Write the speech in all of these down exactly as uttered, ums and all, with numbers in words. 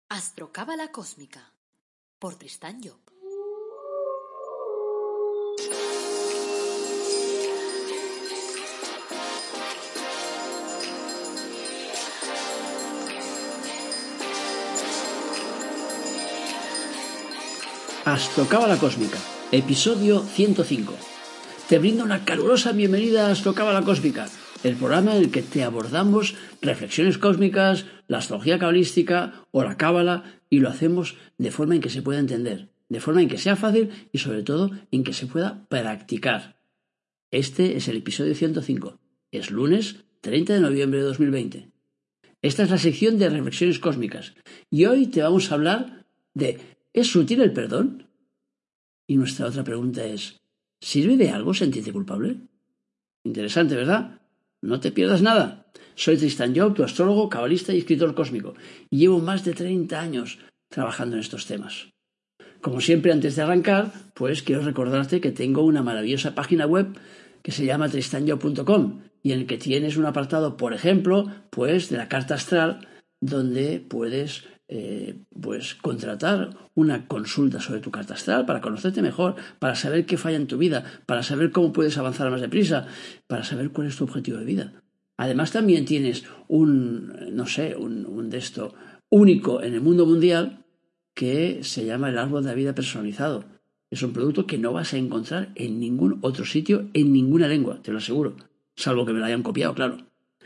Astrocábala cósmica por Tristán Job. Astrocábala cósmica, episodio ciento cinco. Te brindo una calurosa bienvenida a Astrocábala cósmica, el programa en el que te abordamos reflexiones cósmicas, la astrología cabalística o la cábala, y lo hacemos de forma en que se pueda entender, de forma en que sea fácil y sobre todo en que se pueda practicar. Este es el episodio ciento cinco. Es lunes treinta de noviembre de dos mil veinte. Esta es la sección de reflexiones cósmicas y hoy te vamos a hablar de ¿es útil el perdón? Y nuestra otra pregunta es ¿sirve de algo sentirte culpable? Interesante, ¿verdad? No te pierdas nada. Soy Tristán Job, tu astrólogo, cabalista y escritor cósmico, y llevo más de treinta años trabajando en estos temas. Como siempre, antes de arrancar, pues quiero recordarte que tengo una maravillosa página web que se llama tristán job punto com y en el que tienes un apartado, por ejemplo, pues de la carta astral, donde puedes eh, pues contratar una consulta sobre tu carta astral para conocerte mejor, para saber qué falla en tu vida, para saber cómo puedes avanzar más deprisa, para saber cuál es tu objetivo de vida. Además también tienes un, no sé, un, un de esto único en el mundo mundial que se llama el árbol de la vida personalizado. Es un producto que no vas a encontrar en ningún otro sitio, en ninguna lengua, te lo aseguro, salvo que me lo hayan copiado, claro.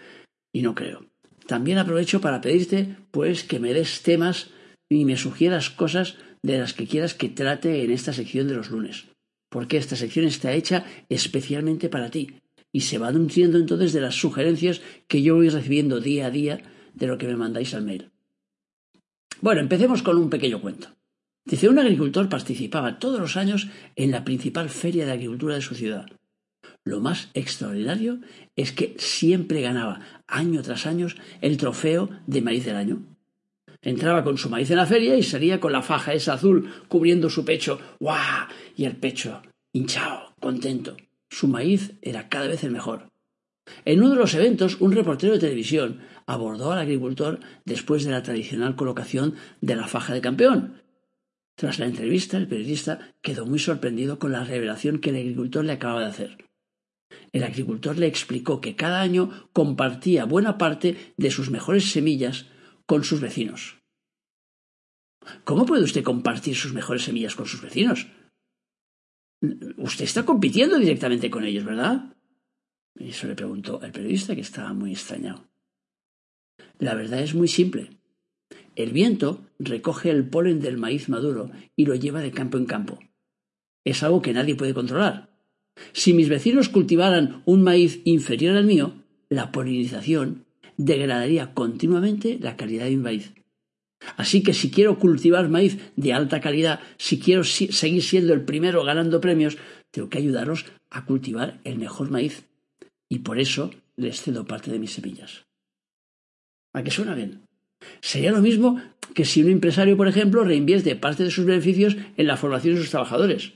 Y no creo. También aprovecho para pedirte, pues, que me des temas y me sugieras cosas de las que quieras que trate en esta sección de los lunes, porque esta sección está hecha especialmente para ti y se va nutriendo entonces de las sugerencias que yo voy recibiendo día a día de lo que me mandáis al mail. Bueno, empecemos con un pequeño cuento. Dice, un agricultor participaba todos los años en la principal feria de agricultura de su ciudad. Lo más extraordinario es que siempre ganaba, año tras año, el trofeo de maíz del año. Entraba con su maíz en la feria y salía con la faja esa azul cubriendo su pecho, ¡guau! Y el pecho hinchado, contento. Su maíz era cada vez el mejor. En uno de los eventos, un reportero de televisión abordó al agricultor después de la tradicional colocación de la faja de campeón. Tras la entrevista, el periodista quedó muy sorprendido con la revelación que el agricultor le acababa de hacer. El agricultor le explicó que cada año compartía buena parte de sus mejores semillas con sus vecinos. ¿Cómo puede usted compartir sus mejores semillas con sus vecinos? Usted está compitiendo directamente con ellos, ¿verdad? Eso le preguntó el periodista, que estaba muy extrañado. La verdad es muy simple. El viento recoge el polen del maíz maduro y lo lleva de campo en campo. Es algo que nadie puede controlar. Si mis vecinos cultivaran un maíz inferior al mío, la polinización degradaría continuamente la calidad de mi maíz. Así que si quiero cultivar maíz de alta calidad, si quiero si- seguir siendo el primero ganando premios, tengo que ayudaros a cultivar el mejor maíz. Y por eso les cedo parte de mis semillas. ¿A qué suena bien? Sería lo mismo que si un empresario, por ejemplo, reinvierte parte de sus beneficios en la formación de sus trabajadores.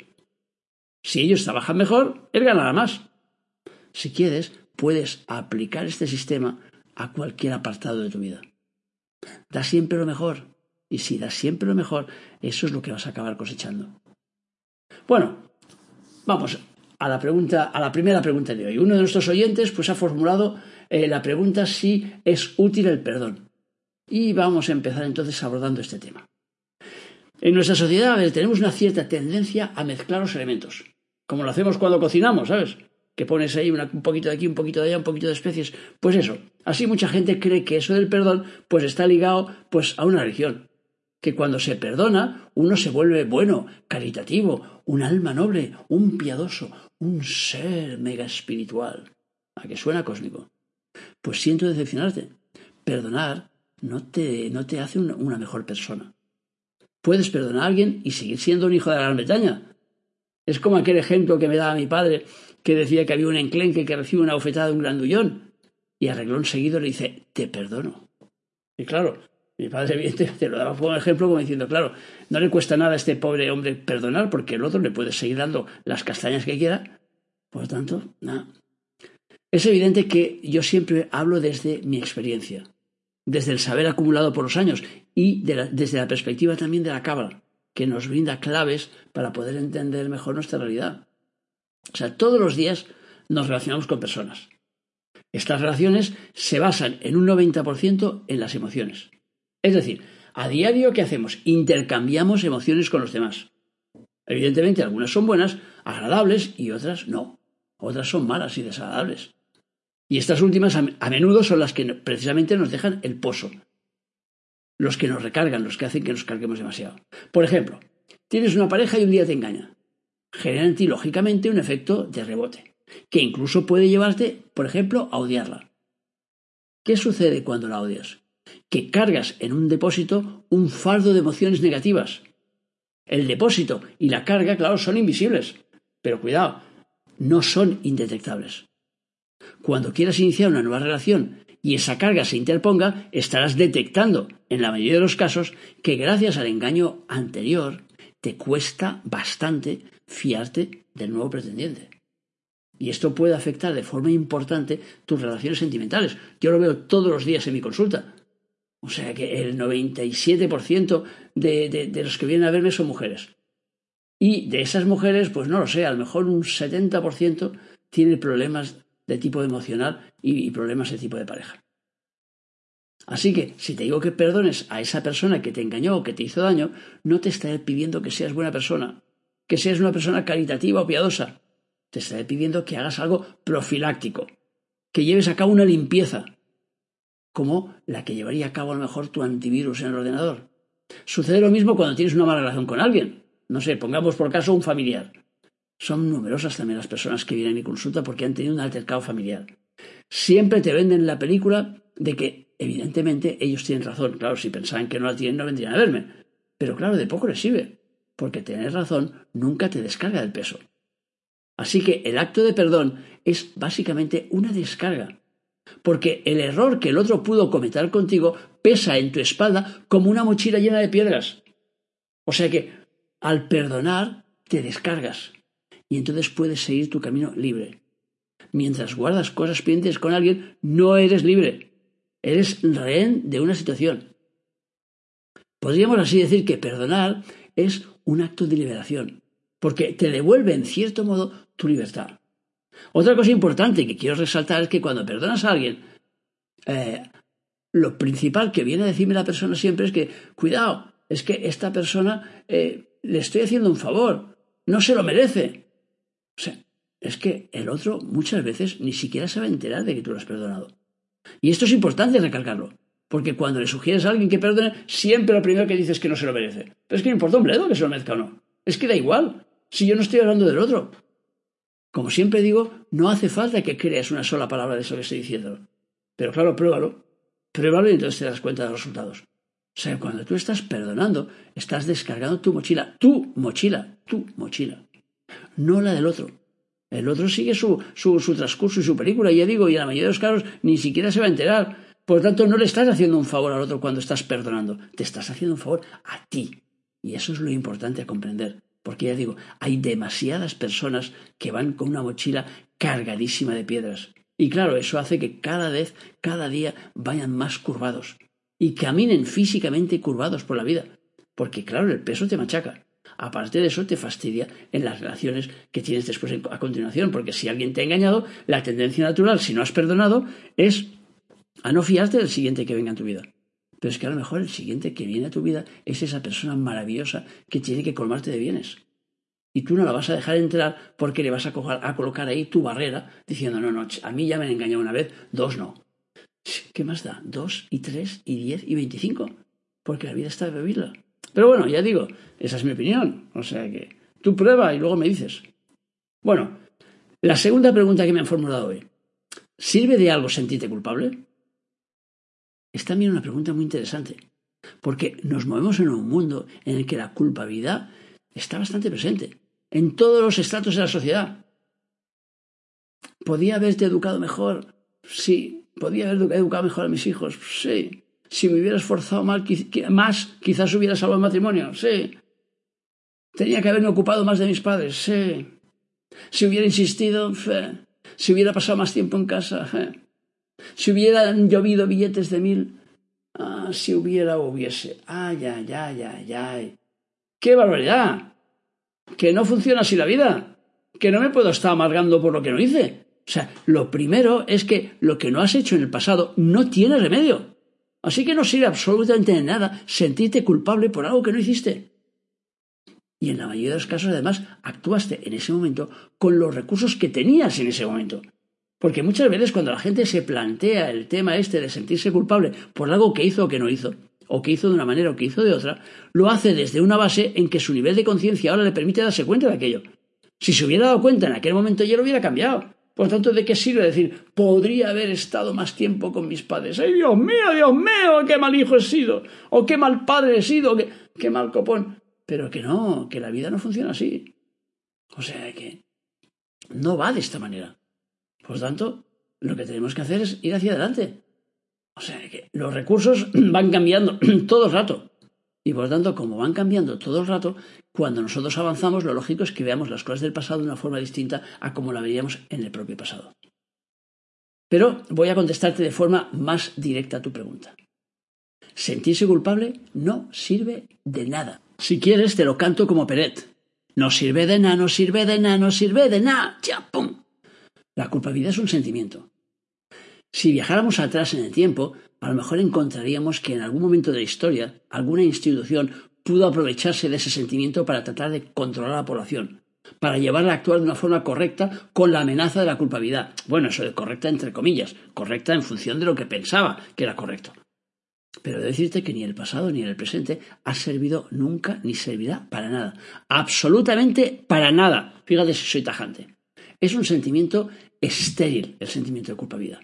Si ellos trabajan mejor, él ganará más. Si quieres, puedes aplicar este sistema a cualquier apartado de tu vida. Da siempre lo mejor. Y si das siempre lo mejor, eso es lo que vas a acabar cosechando. Bueno, vamos a la pregunta, a la primera pregunta de hoy. Uno de nuestros oyentes pues ha formulado eh, la pregunta si es útil el perdón. Y vamos a empezar entonces abordando este tema. En nuestra sociedad, a ver, tenemos una cierta tendencia a mezclar los elementos, como lo hacemos cuando cocinamos, ¿sabes? Que pones ahí una, un poquito de aquí, un poquito de allá, un poquito de especies. Pues eso, así mucha gente cree que eso del perdón pues está ligado pues a una religión. Que cuando se perdona, uno se vuelve bueno, caritativo, un alma noble, un piadoso, un ser mega espiritual. ¿A qué suena cósmico? Pues siento decepcionarte. Perdonar no te, no te hace una, una mejor persona. Puedes perdonar a alguien y seguir siendo un hijo de la Gran Bretaña. Es como aquel ejemplo que me daba mi padre, que decía que había un enclenque que recibe una bofetada de un grandullón y a renglón seguido le dice, te perdono. Y claro, mi padre evidentemente te lo daba como ejemplo como diciendo, claro, no le cuesta nada a este pobre hombre perdonar porque el otro le puede seguir dando las castañas que quiera. Por lo tanto, nada. Es evidente que yo siempre hablo desde mi experiencia. desde el saber acumulado por los años y de la, desde la perspectiva también de la Cábala, que nos brinda claves para poder entender mejor nuestra realidad. O sea, todos los días nos relacionamos con personas. Estas relaciones se basan en un noventa por ciento en las emociones. Es decir, a diario, ¿qué hacemos? Intercambiamos emociones con los demás. Evidentemente, algunas son buenas, agradables, y otras no. Otras son malas y desagradables. Y estas últimas a menudo son las que precisamente nos dejan el pozo. Los que nos recargan, los que hacen que nos carguemos demasiado. Por ejemplo, tienes una pareja y un día te engaña. Genera en ti, lógicamente, un efecto de rebote, que incluso puede llevarte, por ejemplo, a odiarla. ¿Qué sucede cuando la odias? Que cargas en un depósito un fardo de emociones negativas. El depósito y la carga, claro, son invisibles, pero cuidado, no son indetectables. Cuando quieras iniciar una nueva relación y esa carga se interponga, estarás detectando, en la mayoría de los casos, que gracias al engaño anterior te cuesta bastante fiarte del nuevo pretendiente. Y esto puede afectar de forma importante tus relaciones sentimentales. Yo lo veo todos los días en mi consulta. O sea que el noventa y siete por ciento de, de, de los que vienen a verme son mujeres. Y de esas mujeres, pues no lo sé, a lo mejor un setenta por ciento tiene problemas de tipo emocional y, y problemas de tipo de pareja. Así que, si te digo que perdones a esa persona que te engañó o que te hizo daño, no te estaré pidiendo que seas buena persona, que seas una persona caritativa o piadosa. Te estaré pidiendo que hagas algo profiláctico, que lleves a cabo una limpieza, como la que llevaría a cabo a lo mejor tu antivirus en el ordenador. Sucede lo mismo cuando tienes una mala relación con alguien. No sé, pongamos por caso un familiar. Son numerosas también las personas que vienen a mi consulta porque han tenido un altercado familiar. Siempre te venden la película de que, evidentemente, ellos tienen razón. Claro, si pensaban que no la tienen, no vendrían a verme. Pero claro, de poco les sirve, porque tener razón nunca te descarga del peso. Así que el acto de perdón es básicamente una descarga, porque el error que el otro pudo cometer contigo pesa en tu espalda como una mochila llena de piedras. O sea que, al perdonar, te descargas y entonces puedes seguir tu camino libre. Mientras guardas cosas pendientes con alguien, no eres libre. Eres rehén de una situación. Podríamos así decir que perdonar es un acto de liberación, porque te devuelve en cierto modo tu libertad. Otra cosa importante que quiero resaltar es que cuando perdonas a alguien, eh, lo principal que viene a decirme la persona siempre es que, cuidado, es que esta persona eh, le estoy haciendo un favor, no se lo merece. O sea, es que el otro muchas veces ni siquiera se va a enterar de que tú lo has perdonado. Y esto es importante recalcarlo, porque cuando le sugieres a alguien que perdone, siempre lo primero que dices es que no se lo merece. Pero es que no importa un bledo que se lo merezca o no. Es que da igual, si yo no estoy hablando del otro. Como siempre digo, no hace falta que creas una sola palabra de eso que estoy diciendo. Pero claro, pruébalo. Pruébalo y entonces te das cuenta de los resultados. O sea, cuando tú estás perdonando, estás descargando tu mochila. Tu mochila. Tu mochila. No la del otro. El otro sigue su, su, su transcurso y su película, y ya digo, y en la mayoría de los casos ni siquiera se va a enterar. Por lo tanto, no le estás haciendo un favor al otro cuando estás perdonando. Te estás haciendo un favor a ti. Y eso es lo importante a comprender. Porque ya digo, hay demasiadas personas que van con una mochila cargadísima de piedras. Y claro, eso hace que cada vez, cada día, vayan más curvados. Y caminen físicamente curvados por la vida. Porque claro, el peso te machaca. Aparte de eso, te fastidia en las relaciones que tienes después a continuación. Porque si alguien te ha engañado, la tendencia natural, si no has perdonado, es a no fiarte del siguiente que venga en tu vida. Pero es que a lo mejor el siguiente que viene a tu vida es esa persona maravillosa que tiene que colmarte de bienes. Y tú no la vas a dejar entrar porque le vas a, co- a colocar ahí tu barrera diciendo, no, no, a mí ya me han engañado una vez, dos no. ¿Qué más da? Dos y tres y diez y veinticinco. Porque la vida está de vivirla. Pero bueno, ya digo, esa es mi opinión. O sea que tú prueba y luego me dices. Bueno, la segunda pregunta que me han formulado hoy. ¿Sirve de algo sentirte culpable? Es también una pregunta muy interesante, porque nos movemos en un mundo en el que la culpabilidad está bastante presente, en todos los estratos de la sociedad. ¿Podía haberte educado mejor? Sí. ¿Podía haber educado mejor a mis hijos? Sí. Si me hubiera esforzado más, quizás hubiera salvado el matrimonio. Sí. ¿Tenía que haberme ocupado más de mis padres? Sí. Si hubiera insistido, fe. Si hubiera pasado más tiempo en casa, fe. Si hubieran llovido billetes de mil, Ah, si hubiera o hubiese. Ay, ay, ay, ay, ay. ¡Qué barbaridad! Que no funciona así la vida. Que no me puedo estar amargando por lo que no hice. O sea, lo primero es que lo que no has hecho en el pasado no tiene remedio. Así que no sirve absolutamente de nada sentirte culpable por algo que no hiciste. Y en la mayoría de los casos, además, actuaste en ese momento con los recursos que tenías en ese momento. Porque muchas veces cuando la gente se plantea el tema este de sentirse culpable por algo que hizo o que no hizo, o que hizo de una manera o que hizo de otra, lo hace desde una base en que su nivel de conciencia ahora le permite darse cuenta de aquello. Si se hubiera dado cuenta en aquel momento ya lo hubiera cambiado. Por lo tanto, ¿de qué sirve decir, podría haber estado más tiempo con mis padres? ¡Ay, Dios mío, Dios mío, qué mal hijo he sido! ¡O qué mal padre he sido! ¡Qué, qué mal copón! Pero que no, que la vida no funciona así. O sea que no va de esta manera. Por lo tanto, lo que tenemos que hacer es ir hacia adelante. O sea que los recursos van cambiando todo el rato. Y por lo tanto, como van cambiando todo el rato, cuando nosotros avanzamos, lo lógico es que veamos las cosas del pasado de una forma distinta a como la veíamos en el propio pasado. Pero voy a contestarte de forma más directa a tu pregunta. Sentirse culpable no sirve de nada. Si quieres, te lo canto como Peret. No sirve de nada, no sirve de nada, no sirve de nada. ¡Ya, pum! La culpabilidad es un sentimiento. Si viajáramos atrás en el tiempo, a lo mejor encontraríamos que en algún momento de la historia, alguna institución pudo aprovecharse de ese sentimiento para tratar de controlar a la población, para llevarla a actuar de una forma correcta con la amenaza de la culpabilidad. Bueno, eso de correcta entre comillas, correcta en función de lo que pensaba que era correcto. Pero debo decirte que ni el pasado ni el presente ha servido nunca ni servirá para nada. Absolutamente para nada. Fíjate si soy tajante. Es un sentimiento estéril, el sentimiento de culpabilidad.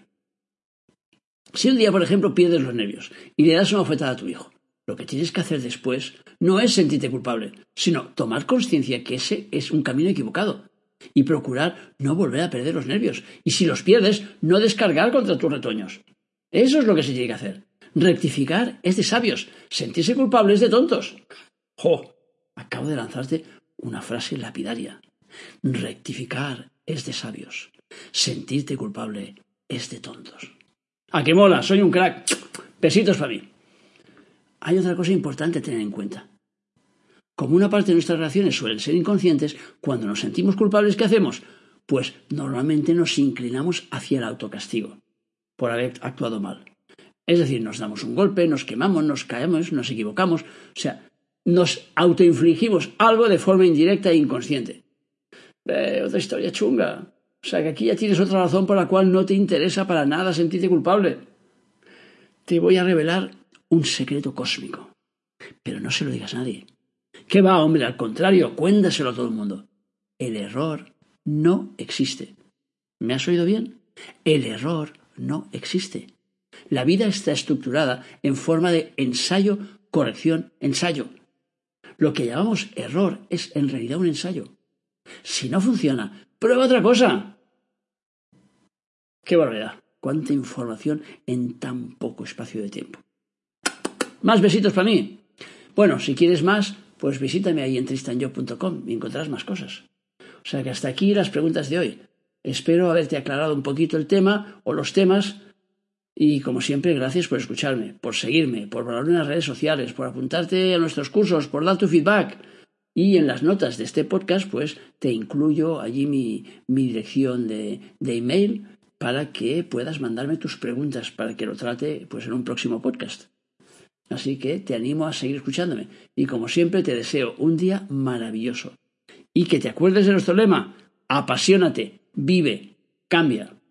Si un día, por ejemplo, pierdes los nervios y le das una bofetada a tu hijo, lo que tienes que hacer después no es sentirte culpable, sino tomar conciencia que ese es un camino equivocado y procurar no volver a perder los nervios. Y si los pierdes, no descargar contra tus retoños. Eso es lo que se tiene que hacer. Rectificar es de sabios, sentirse culpable es de tontos. ¡Jo! Acabo de lanzarte una frase lapidaria. Rectificar es de sabios, sentirte culpable es de tontos. ¡Ah, qué mola! Soy un crack. Besitos para mí. Hay otra cosa importante a tener en cuenta. Como una parte de nuestras reacciones suelen ser inconscientes, cuando nos sentimos culpables, ¿qué hacemos? Pues normalmente nos inclinamos hacia el autocastigo por haber actuado mal. Es decir, nos damos un golpe, nos quemamos, nos caemos, nos equivocamos. O sea, nos autoinfligimos algo de forma indirecta e inconsciente. Eh, otra historia chunga. O sea, que aquí ya tienes otra razón por la cual no te interesa para nada sentirte culpable. Te voy a revelar un secreto cósmico. Pero no se lo digas a nadie. ¿Qué va, hombre? Al contrario, cuéntaselo a todo el mundo. El error no existe. ¿Me has oído bien? El error no existe. La vida está estructurada en forma de ensayo, corrección, ensayo. Lo que llamamos error es en realidad un ensayo. Si no funciona, prueba otra cosa. ¡Qué barbaridad! ¡Cuánta información en tan poco espacio de tiempo! Más besitos para mí. Bueno, si quieres más, pues visítame ahí en tristan job punto com y encontrarás más cosas. O sea que hasta aquí las preguntas de hoy. Espero haberte aclarado un poquito el tema o los temas. Y como siempre, gracias por escucharme, por seguirme, por valorarme en las redes sociales, por apuntarte a nuestros cursos, por dar tu feedback. Y en las notas de este podcast, pues te incluyo allí mi, mi dirección de, de email para que puedas mandarme tus preguntas para que lo trate pues en un próximo podcast. Así que te animo a seguir escuchándome. Y como siempre, te deseo un día maravilloso. Y que te acuerdes de nuestro lema: apasionate, vive, cambia.